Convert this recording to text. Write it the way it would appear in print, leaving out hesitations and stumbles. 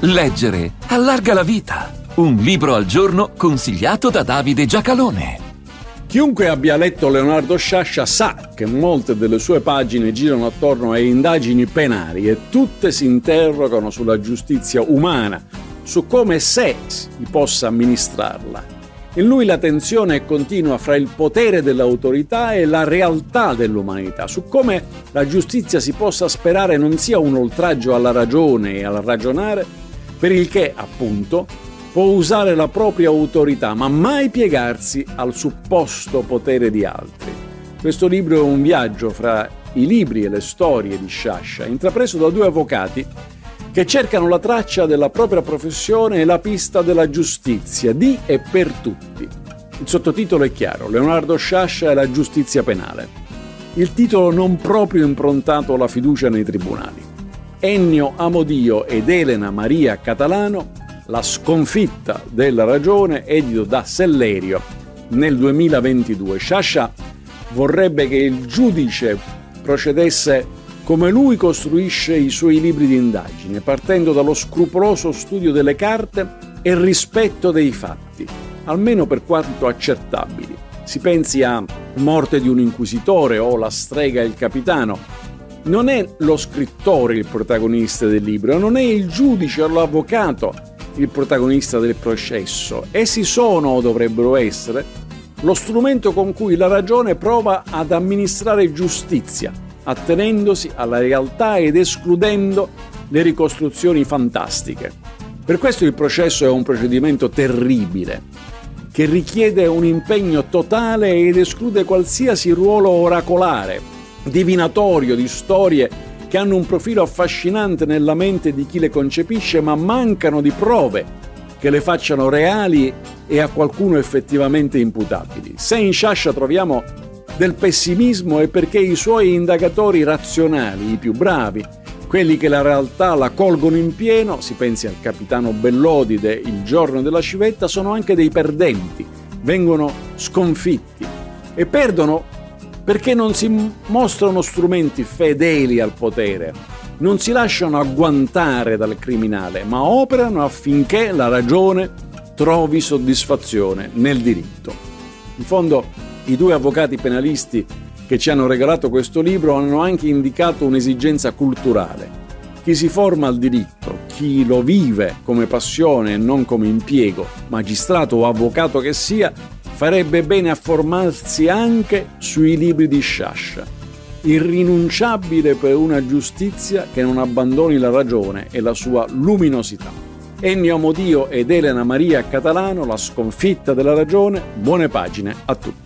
Leggere allarga la vita. Un libro al giorno consigliato da Davide Giacalone. Chiunque abbia letto Leonardo Sciascia sa che molte delle sue pagine girano attorno a indagini penali e tutte si interrogano sulla giustizia umana, su come e se si possa amministrarla. In lui la tensione è continua fra il potere dell'autorità e la realtà dell'umanità, su come la giustizia si possa sperare non sia un oltraggio alla ragione e al ragionare, per il che, appunto, può usare la propria autorità, ma mai piegarsi al supposto potere di altri. Questo libro è un viaggio fra i libri e le storie di Sciascia, intrapreso da due avvocati che cercano la traccia della propria professione e la pista della giustizia, di e per tutti. Il sottotitolo è chiaro: Leonardo Sciascia e la giustizia penale. Il titolo non proprio improntato alla fiducia nei tribunali. Ennio Amodio ed Elena Maria Catalano, La sconfitta della ragione, edito da Sellerio nel 2022. Sciascia vorrebbe che il giudice procedesse come lui costruisce i suoi libri di indagine, partendo dallo scrupoloso studio delle carte e il rispetto dei fatti, almeno per quanto accertabili. Si pensi a Morte di un inquisitore o La strega e il capitano. Non è lo scrittore il protagonista del libro, non è il giudice o l'avvocato il protagonista del processo. Essi sono, o dovrebbero essere, lo strumento con cui la ragione prova ad amministrare giustizia, attenendosi alla realtà ed escludendo le ricostruzioni fantastiche. Per questo il processo è un procedimento terribile, che richiede un impegno totale ed esclude qualsiasi ruolo oracolare, divinatorio di storie che hanno un profilo affascinante nella mente di chi le concepisce, ma mancano di prove che le facciano reali e a qualcuno effettivamente imputabili. Se in Sciascia troviamo del pessimismo è perché i suoi indagatori razionali, i più bravi, quelli che la realtà la colgono in pieno, si pensi al capitano Bellodide, Il giorno della civetta, sono anche dei perdenti, vengono sconfitti e perdono perché non si mostrano strumenti fedeli al potere, non si lasciano agguantare dal criminale, ma operano affinché la ragione trovi soddisfazione nel diritto. In fondo, i due avvocati penalisti che ci hanno regalato questo libro hanno anche indicato un'esigenza culturale. Chi si forma al diritto, chi lo vive come passione e non come impiego, magistrato o avvocato che sia, farebbe bene a formarsi anche sui libri di Sciascia, irrinunciabile per una giustizia che non abbandoni la ragione e la sua luminosità. Ennio Amodio ed Elena Maria Catalano, La sconfitta della ragione, buone pagine a tutti.